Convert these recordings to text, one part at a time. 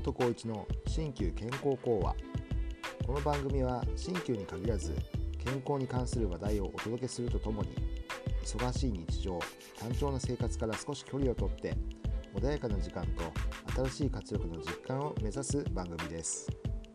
本浩一の新旧健康講話。この番組は新旧に限らず健康に関する話題をお届けするとともに、忙しい日常、単調な生活から少し距離をとって穏やかな時間と新しい活力の実感を目指す番組です。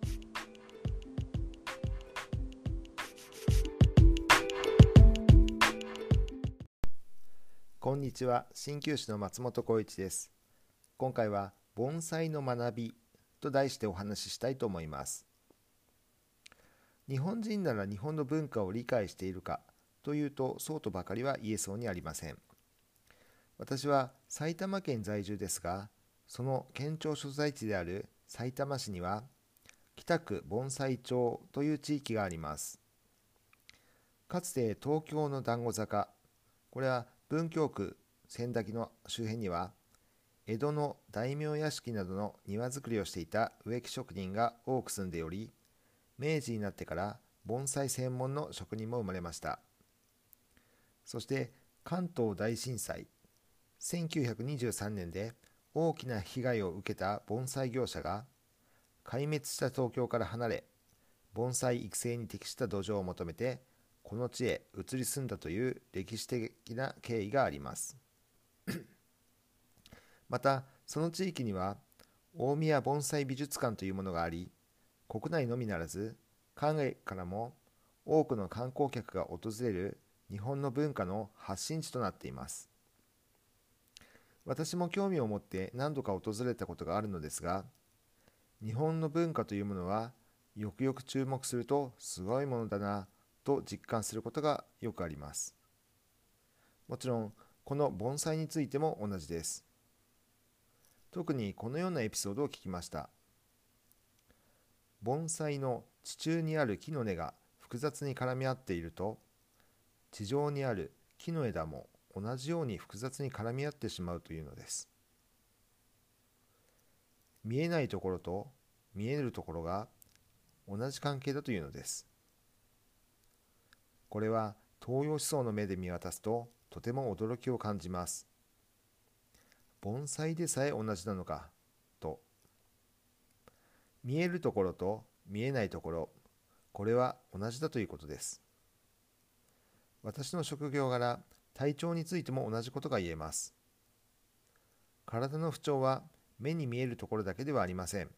こんにちは、鍼灸師の松本浩一です。今回は盆栽の学びと題してお話ししたいと思います。日本人なら日本の文化を理解しているかというと、そうとばかりは言えそうにありません。私は埼玉県在住ですが、その県庁所在地であるさいたま市には北区盆栽町という地域があります。かつて東京の団子坂、これは文京区千駄木の周辺には江戸の大名屋敷などの庭造りをしていた植木職人が多く住んでおり、明治になってから盆栽専門の職人も生まれました。そして関東大震災1923年で大きな被害を受けた盆栽業者が壊滅した東京から離れ、盆栽育成に適した土壌を求めてこの地へ移り住んだという歴史的な経緯がありますまたその地域には大宮盆栽美術館というものがあり、国内のみならず海外からも多くの観光客が訪れる日本の文化の発信地となっています。私も興味を持って何度か訪れたことがあるのですが、日本の文化というものはよくよく注目するとすごいものだなと実感することがよくあります。もちろんこの盆栽についても同じです。特にこのようなエピソードを聞きました。盆栽の地中にある木の根が複雑に絡み合っていると、地上にある木の枝も同じように複雑に絡み合ってしまうというのです。見えないところと見えるところが同じ関係だというのです。これは東洋思想の目で見渡すととても驚きを感じます。盆栽でさえ同じなのかと。見えるところと見えないところ、これは同じだということです。私の職業柄、体調についても同じことが言えます。体の不調は目に見えるところだけではありません。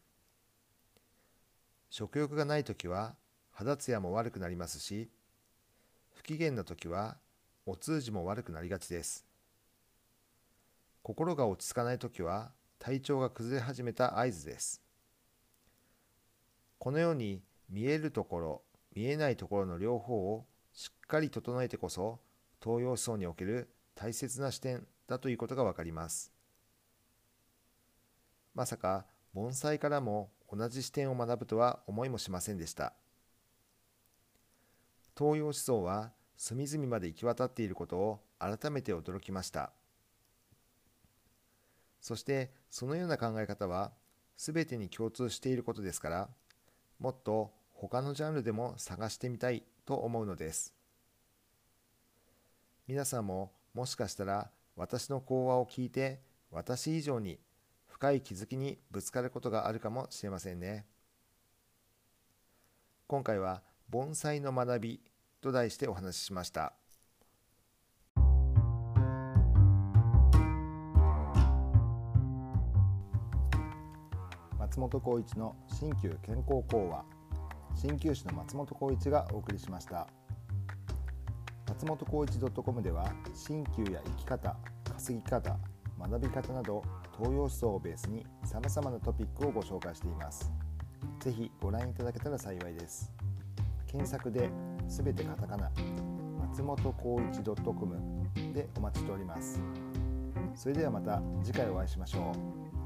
食欲がないときは肌ツヤも悪くなりますし、不機嫌なときはお通じも悪くなりがちです。心が落ち着かないときは体調が崩れ始めた合図です。このように見えるところ、見えないところの両方をしっかり整えてこそ東洋思想における大切な視点だということがわかります。まさか盆栽からも同じ視点を学ぶとは思いもしませんでした。東洋思想は隅々まで行き渡っていることを改めて驚きました。そしてそのような考え方は全てに共通していることですから、もっと他のジャンルでも探してみたいと思うのです。皆さんももしかしたら私の講話を聞いて私以上に深い気づきにぶつかることがあるかもしれませんね。今回は盆栽の学びと題してお話ししました。松本浩一の鍼灸健康講話。鍼灸師の松本浩一がお送りしました。松本浩一 .com では鍼灸や生き方、稼ぎ方、学び方など東洋思想をベースにさまざまなトピックをご紹介しています。ぜひご覧いただけたら幸いです。検索ですべてカタカナ、松本浩一 .com でお待ちしております。それではまた次回お会いしましょう。